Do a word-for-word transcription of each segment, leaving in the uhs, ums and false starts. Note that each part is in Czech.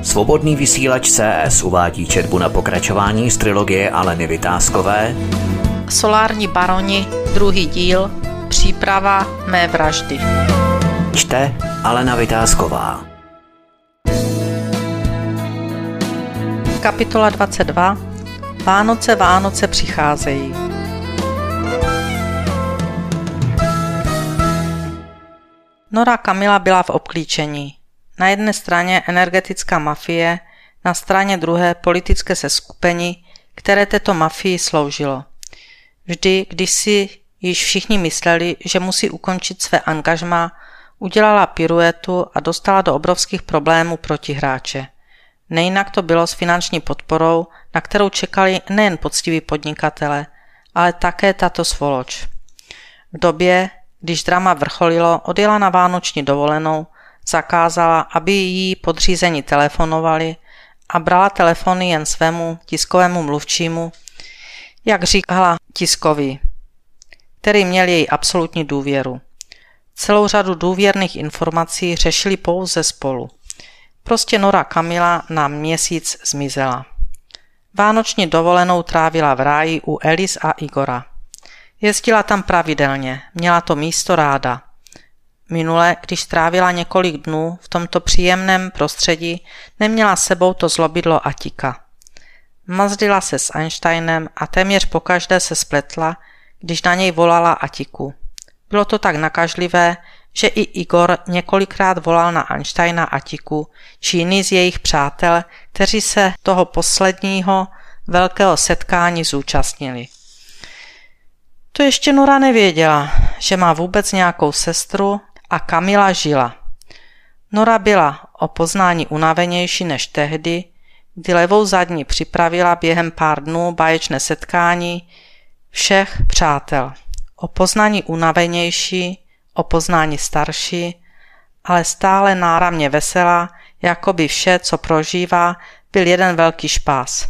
Svobodný vysílač C S uvádí četbu na pokračování z trilogie Aleny Vytázkové Solární baroni, druhý díl, příprava mé vraždy. Čte Alena Vytázková. Kapitola dvacet dva. Vánoce, Vánoce přicházejí. Nora Kamila byla v obklíčení. Na jedné straně energetická mafie, na straně druhé politické seskupení, které této mafii sloužilo. Vždy, když si již všichni mysleli, že musí ukončit své angažmá, udělala piruetu a dostala do obrovských problémů protihráče. Nejinak to bylo s finanční podporou, na kterou čekali nejen poctiví podnikatele, ale také tato svoloč. V době, když drama vrcholilo, odjela na vánoční dovolenou, zakázala, aby jí podřízení telefonovali a brala telefony jen svému tiskovému mluvčímu, jak říkala tiskový, který měl její absolutní důvěru. Celou řadu důvěrných informací řešili pouze spolu. Prostě Nora Kamila na měsíc zmizela. Vánoční dovolenou trávila v ráji u Alice a Igora. Jezdila tam pravidelně, měla to místo ráda. Minule, když strávila několik dnů v tomto příjemném prostředí, neměla s sebou to zlobidlo Atika. Mazdila se s Einsteinem a téměř pokaždé se spletla, když na něj volala Atiku. Bylo to tak nakažlivé, že i Igor několikrát volal na Einsteina Atiku či jiný z jejich přátel, kteří se toho posledního velkého setkání zúčastnili. To ještě Nora nevěděla, že má vůbec nějakou sestru a Kamila žila. Nora byla o poznání unavenější než tehdy, kdy levou zadní připravila během pár dnů báječné setkání všech přátel. O poznání unavenější, o poznání starší, ale stále náramně veselá, jako by vše, co prožívá, byl jeden velký špás.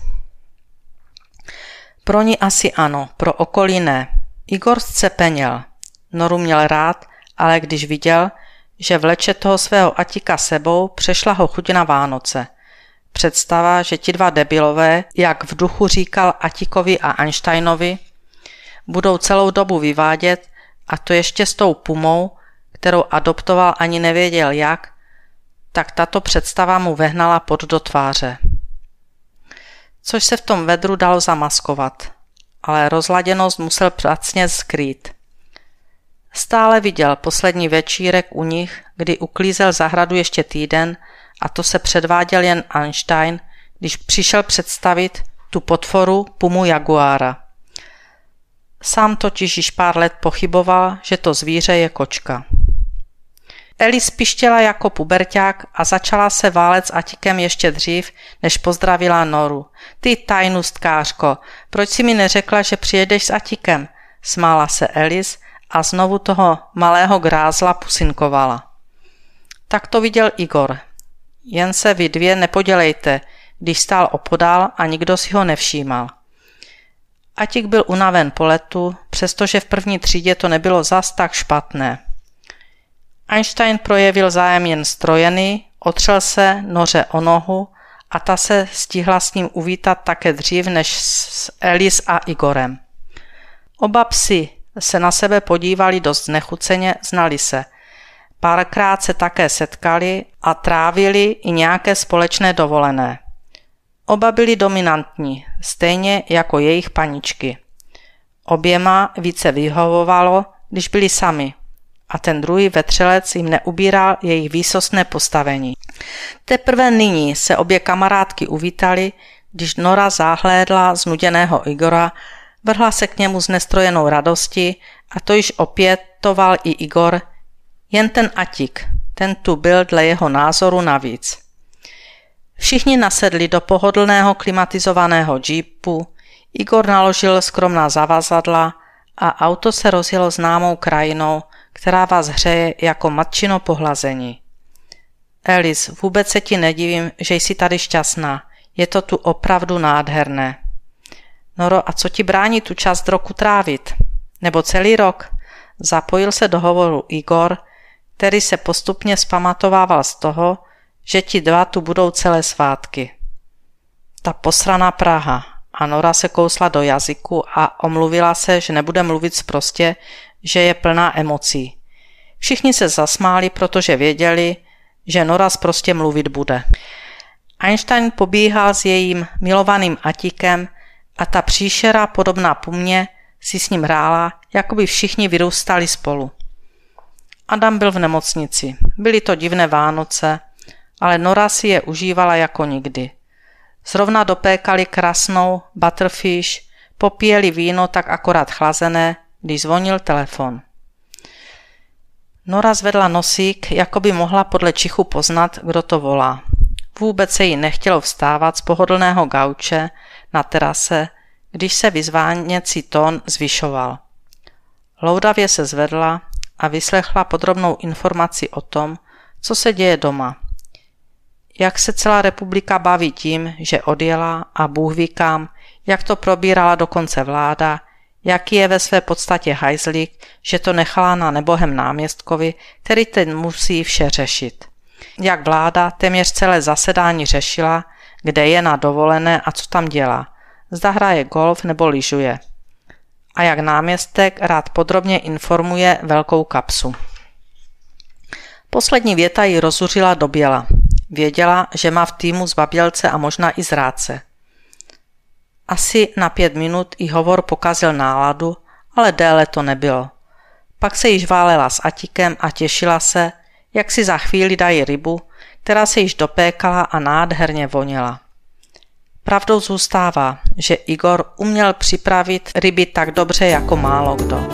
Pro ní asi ano, pro okolí ne. Igor zcepeněl. Noru měl rád, ale když viděl, že vleče toho svého Atika sebou, přešla ho chuť na Vánoce. Představa, že ti dva debilové, jak v duchu říkal Atikovi a Einsteinovi, budou celou dobu vyvádět, a to ještě s tou Pumou, kterou adoptoval ani nevěděl jak, tak tato představa mu vehnala pod do tváře. Což se v tom vedru dalo zamaskovat, ale rozladěnost musel pracně skrýt. Stále viděl poslední večírek u nich, kdy uklízel zahradu ještě týden, a to se předváděl jen Einstein, když přišel představit tu potvoru Pumu Jaguára. Sám totiž již pár let pochyboval, že to zvíře je kočka. Alice pištěla jako puberťák a začala se válet s Atikem ještě dřív, než pozdravila Noru. Ty tajnůstkářko, proč si mi neřekla, že přijedeš s Atikem? Smála se Alice a znovu toho malého grázla pusinkovala. Tak to viděl Igor. Jen se vy dvě nepodělejte, když stál opodál a nikdo si ho nevšímal. Atik byl unaven po letu, přestože v první třídě to nebylo zas tak špatné. Einstein projevil zájem jen strojený, otřel se Noře o nohu a ta se stihla s ním uvítat také dřív než s Alice a Igorem. Oba psi se na sebe podívali dost znechuceně, znali se. Párkrát se také setkali a trávili i nějaké společné dovolené. Oba byli dominantní, stejně jako jejich paničky. Oběma více vyhovovalo, když byli sami, a ten druhý vetřelec jim neubíral jejich výsostné postavení. Teprve nyní se obě kamarádky uvítali, když Nora zahlédla znuděného Igora, vrhla se k němu s nestrojenou radostí a to již opětoval i Igor, jen ten Atik, ten tu byl dle jeho názoru navíc. Všichni nasedli do pohodlného klimatizovaného džípu, Igor naložil skromná zavazadla a auto se rozjelo známou krajinou, která vás hřeje jako matčino pohlazení. Alice, vůbec se ti nedivím, že jsi tady šťastná. Je to tu opravdu nádherné. Noro, a co ti brání tu část roku trávit? Nebo celý rok? Zapojil se do hovoru Igor, který se postupně vzpamatovával z toho, že ti dva tu budou celé svátky. Ta posraná Praha. A Nora se kousla do jazyku a omluvila se, že nebude mluvit sprostě, že je plná emocí. Všichni se zasmáli, protože věděli, že Nora sprostě mluvit bude. Einstein pobíhal s jejím milovaným Atíkem a ta příšera podobná pumě si s ním hrála, jako by všichni vyrůstali spolu. Adam byl v nemocnici. Byly to divné Vánoce, ale Nora si je užívala jako nikdy. Zrovna dopékali krásnou butterfish, popíjeli víno tak akorát chlazené, když zvonil telefon. Nora zvedla nosík, jako by mohla podle čichu poznat, kdo to volá. Vůbec se jí nechtělo vstávat z pohodlného gauče na terase, když se vyzváněcí tón zvyšoval. Loudavě se zvedla a vyslechla podrobnou informaci o tom, co se děje doma. Jak se celá republika baví tím, že odjela a Bůh ví kam, jak to probírala dokonce vláda, jaký je ve své podstatě hajzlík, že to nechala na nebohem náměstkovi, který ten musí vše řešit. Jak vláda téměř celé zasedání řešila, kde je na dovolené a co tam dělá, zda hraje golf nebo lyžuje. A jak náměstek rád podrobně informuje velkou kapsu. Poslední věta ji rozuřila do běla. Věděla, že má v týmu zbabělce a možná i zrádce. Asi na pět minut jí hovor pokazil náladu, ale déle to nebylo. Pak se již válela s Atíkem a těšila se, jak si za chvíli dají rybu, která se již dopékala a nádherně voněla. Pravdou zůstává, že Igor uměl připravit ryby tak dobře jako málo kdo.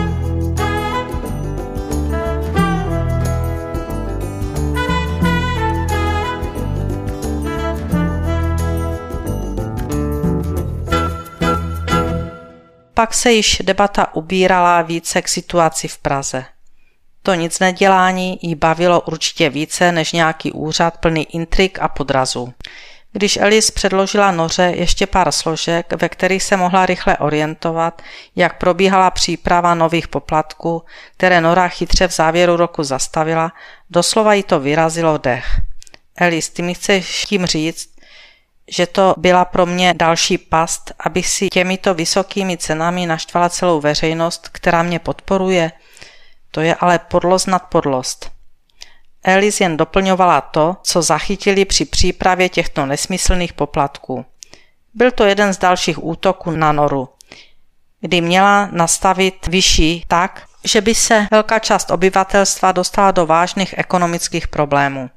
Pak se již debata ubírala více k situaci v Praze. To nic nedělání jí bavilo určitě více než nějaký úřad plný intrik a podrazů. Když Alice předložila Noře ještě pár složek, ve kterých se mohla rychle orientovat, jak probíhala příprava nových poplatků, které Nora chytře v závěru roku zastavila, doslova jí to vyrazilo dech. Alice, ty mi chceš tím říct, že to byla pro mě další past, abych si těmito vysokými cenami naštvala celou veřejnost, která mě podporuje? To je ale podlost nad podlost. Alice jen doplňovala to, co zachytili při přípravě těchto nesmyslných poplatků. Byl to jeden z dalších útoků na Noru, kdy měla nastavit vyšší tak, že by se velká část obyvatelstva dostala do vážných ekonomických problémů.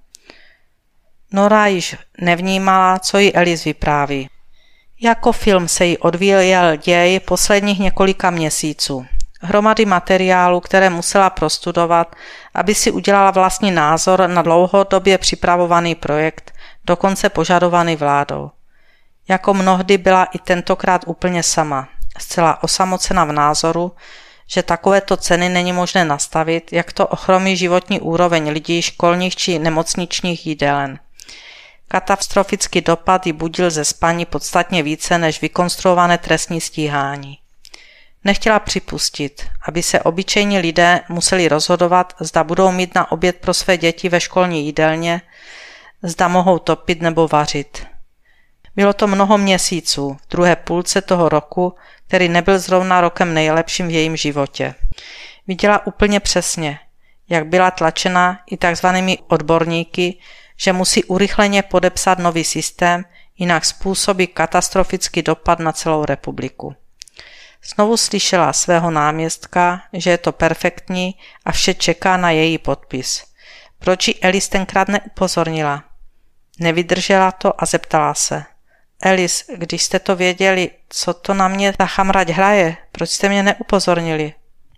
Nora již nevnímala, co jí Alice vypráví. Jako film se jí odvíjel děj posledních několika měsíců. Hromady materiálu, které musela prostudovat, aby si udělala vlastní názor na dlouhodobě připravovaný projekt, dokonce požadovaný vládou. Jako mnohdy byla i tentokrát úplně sama, zcela osamocena v názoru, že takovéto ceny není možné nastavit, jak to ochromí životní úroveň lidí školních či nemocničních jídelen. Katastrofický dopad ji budil ze spaní podstatně více než vykonstruované trestní stíhání. Nechtěla připustit, aby se obyčejní lidé museli rozhodovat, zda budou mít na oběd pro své děti ve školní jídelně, zda mohou topit nebo vařit. Bylo to mnoho měsíců, v druhé půlce toho roku, který nebyl zrovna rokem nejlepším v jejím životě. Viděla úplně přesně, jak byla tlačena i takzvanými odborníky, že musí urychleně podepsat nový systém, jinak způsobí katastrofický dopad na celou republiku. Znovu slyšela svého náměstka, že je to perfektní a vše čeká na její podpis. Proč ji Alice tenkrát neupozornila? Nevydržela to a zeptala se. Alice, když jste to věděli, co to na mě ta chamrať hraje, proč jste mě neupozornili?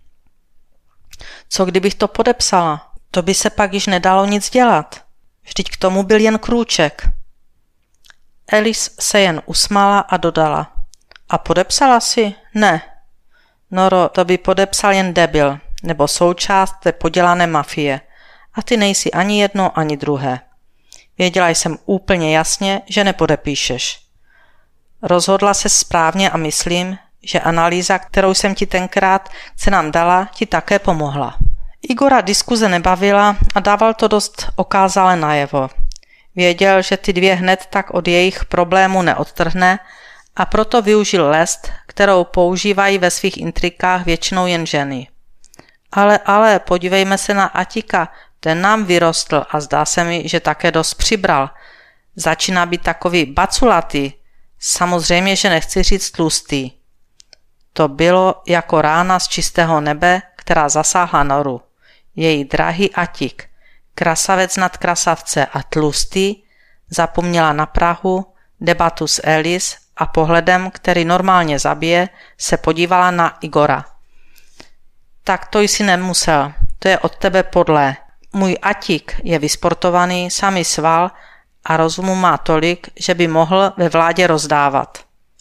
Co kdybych to podepsala? To by se pak již nedalo nic dělat. Vždyť k tomu byl jen krůček. Alice se jen usmála a dodala. A podepsala si? Ne. Noro, to by podepsal jen debil, nebo součást té podělané mafie. A ty nejsi ani jedno, ani druhé. Věděla jsem úplně jasně, že nepodepíšeš. Rozhodla se správně a myslím, že analýza, kterou jsem ti tenkrát cenám dala, ti také pomohla. Igora diskuze nebavila a dával to dost okázale najevo. Věděl, že ty dvě hned tak od jejich problémů neodtrhne a proto využil lest, kterou používají ve svých intrikách většinou jen ženy. Ale, ale, podívejme se na Atika, ten nám vyrostl a zdá se mi, že také dost přibral. Začíná být takový baculatý. Samozřejmě, že nechci říct tlustý. To bylo jako rána z čistého nebe, která zasáhla noru. Její drahý Atik, krasavec nad krasavce a tlustý, zapomněla na Prahu, debatu s Elis a pohledem, který normálně zabije, se podívala na Igora. Tak to jsi nemusel, to je od tebe podlé. Můj Atik je vysportovaný, samý sval a rozumu má tolik, že by mohl ve vládě rozdávat.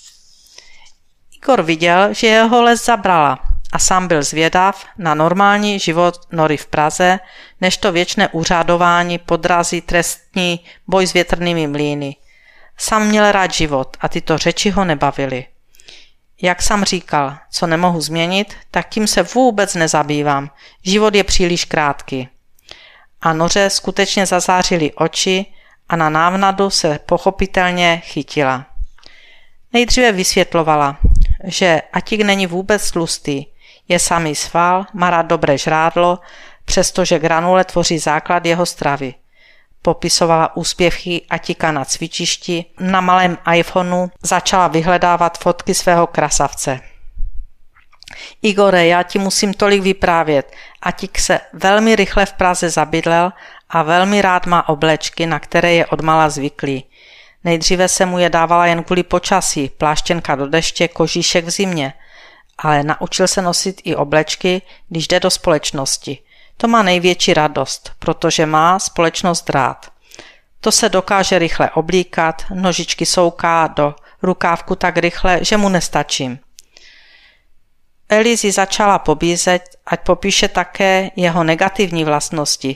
Igor viděl, že jeho les zabrala a sám byl zvědav na normální život Nory v Praze, než to věčné úřádování, podrazy, trestní, boj s větrnými mlýny. Sám měl rád život a tyto řeči ho nebavily. Jak jsem říkal, co nemohu změnit, tak tím se vůbec nezabývám. Život je příliš krátký. A Noře skutečně zazářily oči a na návnadu se pochopitelně chytila. Nejdříve vysvětlovala, že Atik není vůbec tlustý, je samý sval, má rád dobré žrádlo, přestože granule tvoří základ jeho stravy. Popisovala úspěchy Atika na cvičišti, na malém iPhoneu začala vyhledávat fotky svého krasavce. Igore, já ti musím tolik vyprávět. Atik se velmi rychle v Praze zabydlel a velmi rád má oblečky, na které je odmala zvyklý. Nejdříve se mu je dávala jen kvůli počasí, pláštěnka do deště, kožíšek v zimě, ale naučil se nosit i oblečky, když jde do společnosti. To má největší radost, protože má společnost rád. To se dokáže rychle oblíkat, nožičky souká do rukávku tak rychle, že mu nestačím. Elis ji začala pobízet, ať popíše také jeho negativní vlastnosti,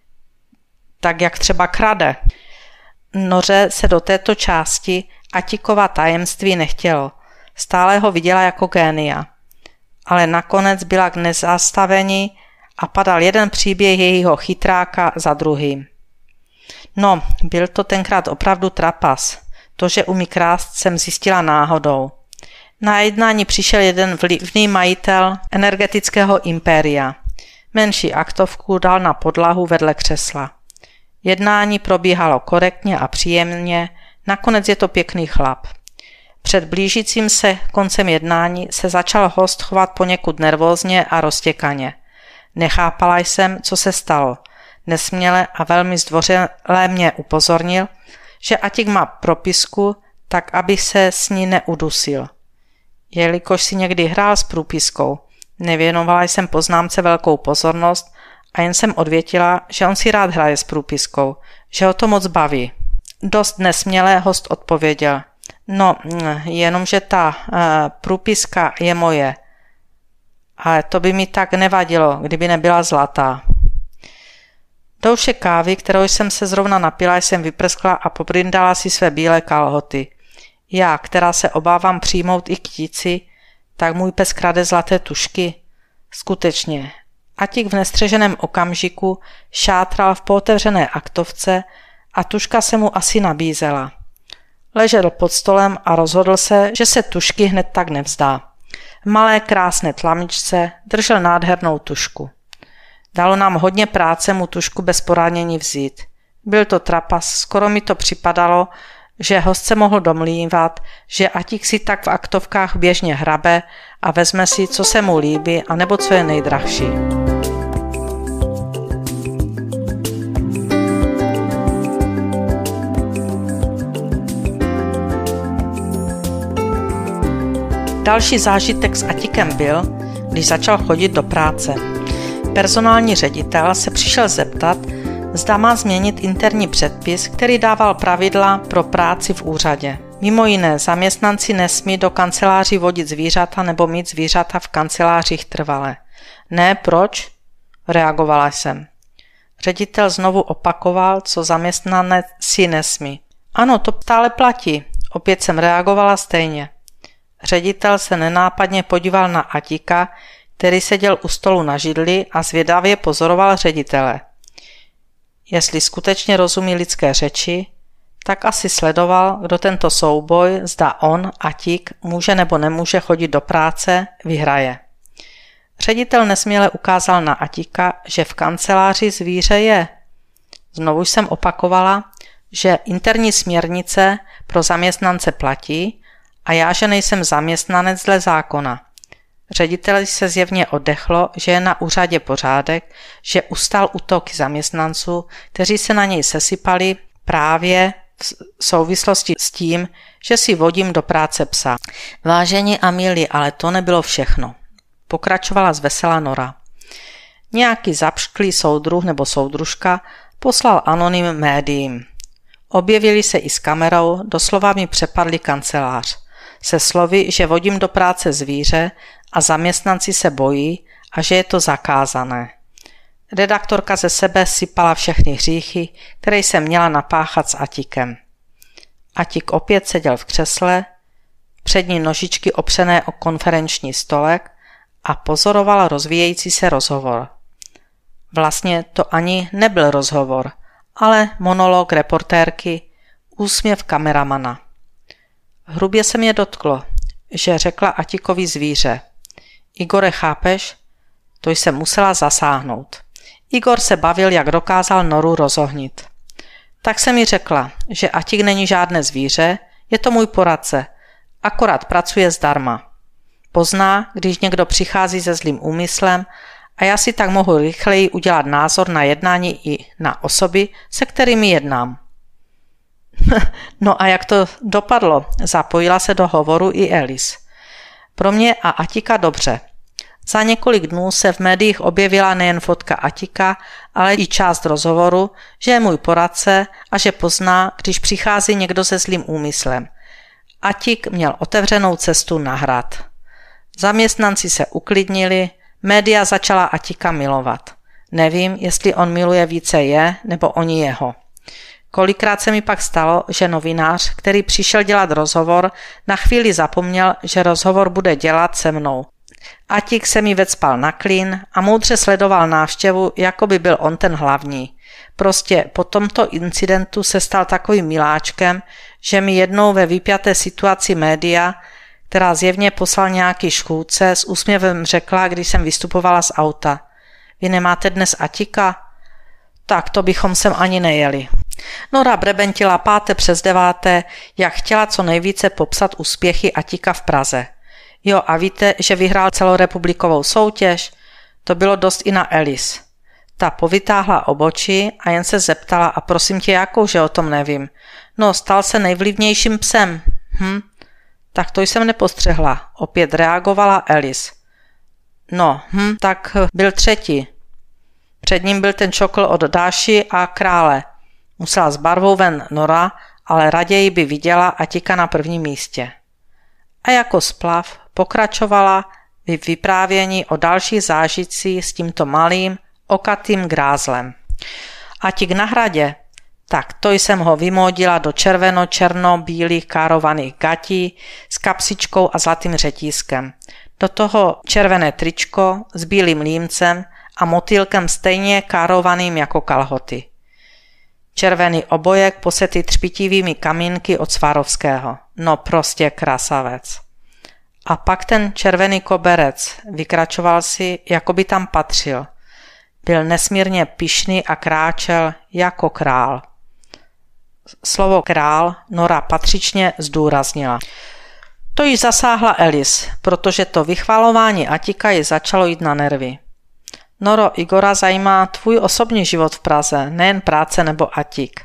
tak jak třeba krade. Noře se do této části Atikova tajemství nechtělo. Stále ho viděla jako génia. Ale nakonec byla k nezastavení a padal jeden příběh jejího chytráka za druhým. No, byl to tenkrát opravdu trapas. To, že umí krást, jsem zjistila náhodou. Na jednání přišel jeden vlivný majitel energetického impéria. Menší aktovku dal na podlahu vedle křesla. Jednání probíhalo korektně a příjemně, nakonec je to pěkný chlap. Před blížícím se koncem jednání se začal host chovat poněkud nervózně a roztěkaně. Nechápala jsem, co se stalo. Nesměle a velmi zdvořile mě upozornil, že Atik má propisku, tak aby se s ní neudusil. Jelikož si někdy hrál s průpiskou, nevěnovala jsem poznámce velkou pozornost a jen jsem odvětila, že on si rád hraje s průpiskou, že ho to moc baví. Dost nesměle host odpověděl. No, jenomže ta uh, průpiska je moje. Ale to by mi tak nevadilo, kdyby nebyla zlatá. Douše kávy, kterou jsem se zrovna napila, jsem vyprskla a pobrindala si své bílé kalhoty. Já, která se obávám přijmout i kytici, tak můj pes krade zlaté tušky. Skutečně. Atik v nestřeženém okamžiku šátral v pootevřené aktovce a tuška se mu asi nabízela. Ležel pod stolem a rozhodl se, že se tušky hned tak nevzdá. V malé krásné tlamičce držel nádhernou tušku. Dalo nám hodně práce mu tušku bez poránění vzít. Byl to trapas, skoro mi to připadalo, že host se mohl domlívat, že Atik si tak v aktovkách běžně hrabe a vezme si, co se mu líbí, anebo co je nejdrahší. Další zážitek s Atikem byl, když začal chodit do práce. Personální ředitel se přišel zeptat, zda má změnit interní předpis, který dával pravidla pro práci v úřadě. Mimo jiné, zaměstnanci nesmí do kanceláří vodit zvířata nebo mít zvířata v kancelářích trvale. Ne, proč? Reagovala jsem. Ředitel znovu opakoval, co zaměstnanec si nesmí. Ano, to stále platí. Opět jsem reagovala stejně. Ředitel se nenápadně podíval na Atika, který seděl u stolu na židli a zvědavě pozoroval ředitele. Jestli skutečně rozumí lidské řeči, tak asi sledoval, kdo tento souboj, zda on, Atik, může nebo nemůže chodit do práce, vyhraje. Ředitel nesměle ukázal na Atika, že v kanceláři zvíře je. Znovu jsem opakovala, že interní směrnice pro zaměstnance platí a já, že nejsem zaměstnanec dle zákona. Řediteli se zjevně oddechlo, že je na úřadě pořádek, že ustal útoky zaměstnanců, kteří se na něj sesypali právě v souvislosti s tím, že si vodím do práce psa. Vážení a milí, ale to nebylo všechno. Pokračovala zvesela Nora. Nějaký zapšklý soudruh nebo soudružka poslal anonym médiím. Objevili se i s kamerou, doslova mi přepadli kancelář. Se slovy, že vodím do práce zvíře a zaměstnanci se bojí a že je to zakázané. Redaktorka ze sebe sypala všechny hříchy, které jsem měla napáchat s Atikem. Atik opět seděl v křesle, přední nožičky opřené o konferenční stolek a pozoroval rozvíjející se rozhovor. Vlastně to ani nebyl rozhovor, ale monolog reportérky, úsměv kameramana. Hrubě se mě dotklo, že řekla Atikovi zvíře. Igore, chápeš? To jsem musela zasáhnout. Igor se bavil, jak dokázal Noru rozohnit. Tak jsem mi řekla, že Atik není žádné zvíře, je to můj poradce, akorát pracuje zdarma. Pozná, když někdo přichází se zlým úmyslem a já si tak mohu rychleji udělat názor na jednání i na osoby, se kterými jednám. No a jak to dopadlo? Zapojila se do hovoru i Alice. Pro mě a Atika dobře. Za několik dnů se v médiích objevila nejen fotka Atika, ale i část rozhovoru, že je můj poradce a že pozná, když přichází někdo se zlým úmyslem. Atik měl otevřenou cestu na hrad. Zaměstnanci se uklidnili, média začala Atika milovat. Nevím, jestli on miluje více je, nebo oni jeho. Kolikrát se mi pak stalo, že novinář, který přišel dělat rozhovor, na chvíli zapomněl, že rozhovor bude dělat se mnou. Atik se mi vecpal na klín a moudře sledoval návštěvu, jako by byl on ten hlavní. Prostě po tomto incidentu se stal takovým miláčkem, že mi jednou ve vypjaté situaci média, která zjevně poslal nějaký škůdce, s úsměvem řekla, když jsem vystupovala z auta. Vy nemáte dnes Atika? Tak to bychom sem ani nejeli. Nora brebentila páté přes deváté, jak chtěla co nejvíce popsat úspěchy Atika v Praze. Jo, a víte, že vyhrál celorepublikovou soutěž? To bylo dost i na Alice. Ta povytáhla obočí a jen se zeptala, a prosím tě, jakou, že o tom nevím. No, stal se nejvlivnějším psem. Hm, tak to jsem nepostřehla. Opět reagovala Alice. No, hm, tak byl třetí. Před ním byl ten čokl od Dáši a Krále. Musela s barvou ven Nora, ale raději by viděla Atika na prvním místě. A jako splav pokračovala v vyprávění o dalších zážitcích s tímto malým, okatým grázlem. Atik na hradě? Tak to jsem ho vymódila do červeno-černo-bílých károvaných gatí s kapsičkou a zlatým řetízkem. Do toho červené tričko s bílým límcem a motýlkem stejně károvaným jako kalhoty. Červený obojek posetý třpitivými kamínky od Swarovského. No prostě krasavec. A pak ten červený koberec, vykračoval si, jako by tam patřil. Byl nesmírně pyšný a kráčel jako král. Slovo král Nora patřičně zdůraznila. To již zasáhla Alice, protože to vychvalování Atika ji začalo jít na nervy. Noro, Igora zajímá tvůj osobní život v Praze, nejen práce nebo Atik.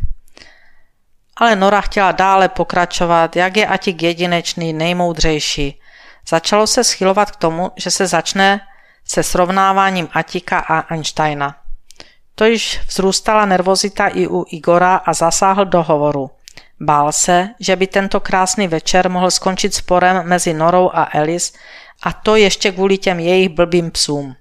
Ale Nora chtěla dále pokračovat, jak je Atik jedinečný, nejmoudřejší. Začalo se schylovat k tomu, že se začne se srovnáváním Atika a Einsteina. To již vzrůstala nervozita i u Igora a zasáhl do hovoru. Bál se, že by tento krásný večer mohl skončit sporem mezi Norou a Alice, a to ještě kvůli těm jejich blbým psům.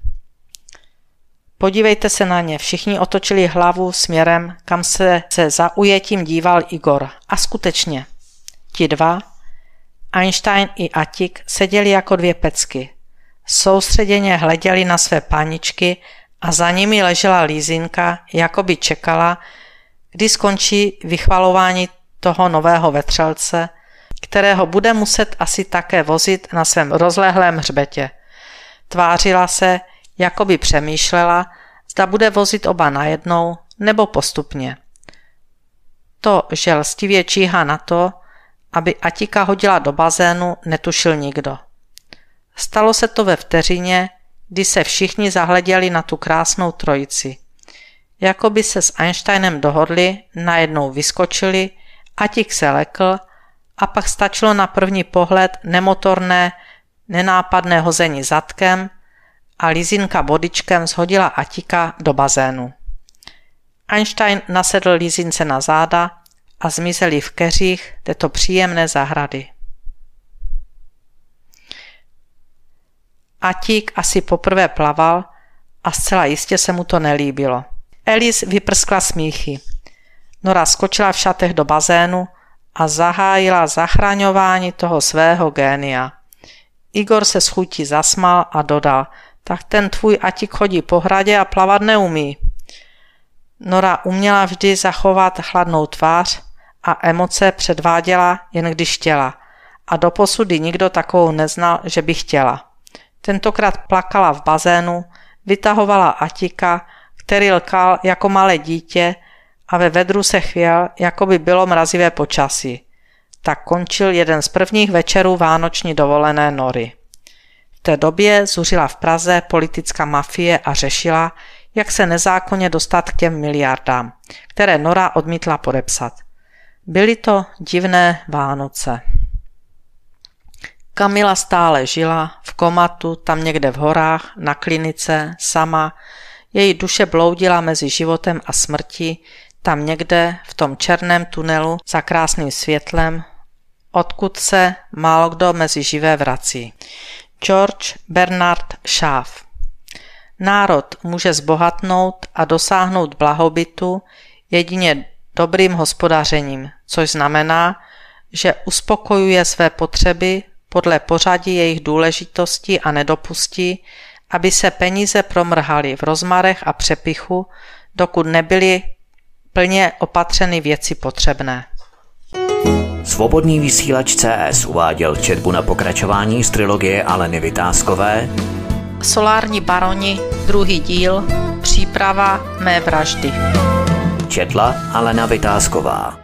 Podívejte se na ně, všichni otočili hlavu směrem, kam se se zaujetím díval Igor. A skutečně, ti dva, Einstein i Atik, seděli jako dvě pecky. Soustředěně hleděli na své paničky a za nimi ležela Lízinka, jako by čekala, kdy skončí vychvalování toho nového vetřelce, kterého bude muset asi také vozit na svém rozlehlém hřbetě. Tvářila se, jako by přemýšlela, zda bude vozit oba najednou nebo postupně. To, že lstivě číhá na to, aby Atika hodila do bazénu, netušil nikdo. Stalo se to ve vteřině, kdy se všichni zahleděli na tu krásnou trojici. Jako by se s Einsteinem dohodli, najednou vyskočili, Atik se lekl a pak stačilo na první pohled nemotorné, nenápadné hození zadkem a Lízinka bodyčkem shodila Atika do bazénu. Einstein nasedl Lízince na záda a zmizeli v keřích této příjemné zahrady. Atik asi poprvé plaval a zcela jistě se mu to nelíbilo. Alice vyprskla smíchy. Nora skočila v šatech do bazénu a zahájila zachraňování toho svého génia. Igor se s chutí zasmál a dodal, tak ten tvůj Atik chodí po hradě a plavat neumí. Nora uměla vždy zachovat chladnou tvář a emoce předváděla, jen když chtěla. A doposudy nikdo takovou neznal, že by chtěla. Tentokrát plakala v bazénu, vytahovala Atika, který lkal jako malé dítě a ve vedru se chvěl, jako by bylo mrazivé počasí. Tak končil jeden z prvních večerů vánoční dovolené Nory. V té době zuřila v Praze politická mafie a řešila, jak se nezákonně dostat k těm miliardám, které Nora odmítla podepsat. Byly to divné Vánoce. Kamila stále žila v komatu tam někde v horách, na klinice, sama. Její duše bloudila mezi životem a smrtí, tam někde v tom černém tunelu za krásným světlem, odkud se málokdo mezi živé vrací. George Bernard Shaw. Národ může zbohatnout a dosáhnout blahobytu jedině dobrým hospodařením, což znamená, že uspokojuje své potřeby podle pořadí jejich důležitosti a nedopustí, aby se peníze promrhaly v rozmarech a přepichu, dokud nebyly plně opatřeny věci potřebné. Svobodný vysílač C S uváděl četbu na pokračování z trilogie Aleny Vytázkové Solární baroni, druhý díl, příprava mé vraždy. Četla Alena Vytázková.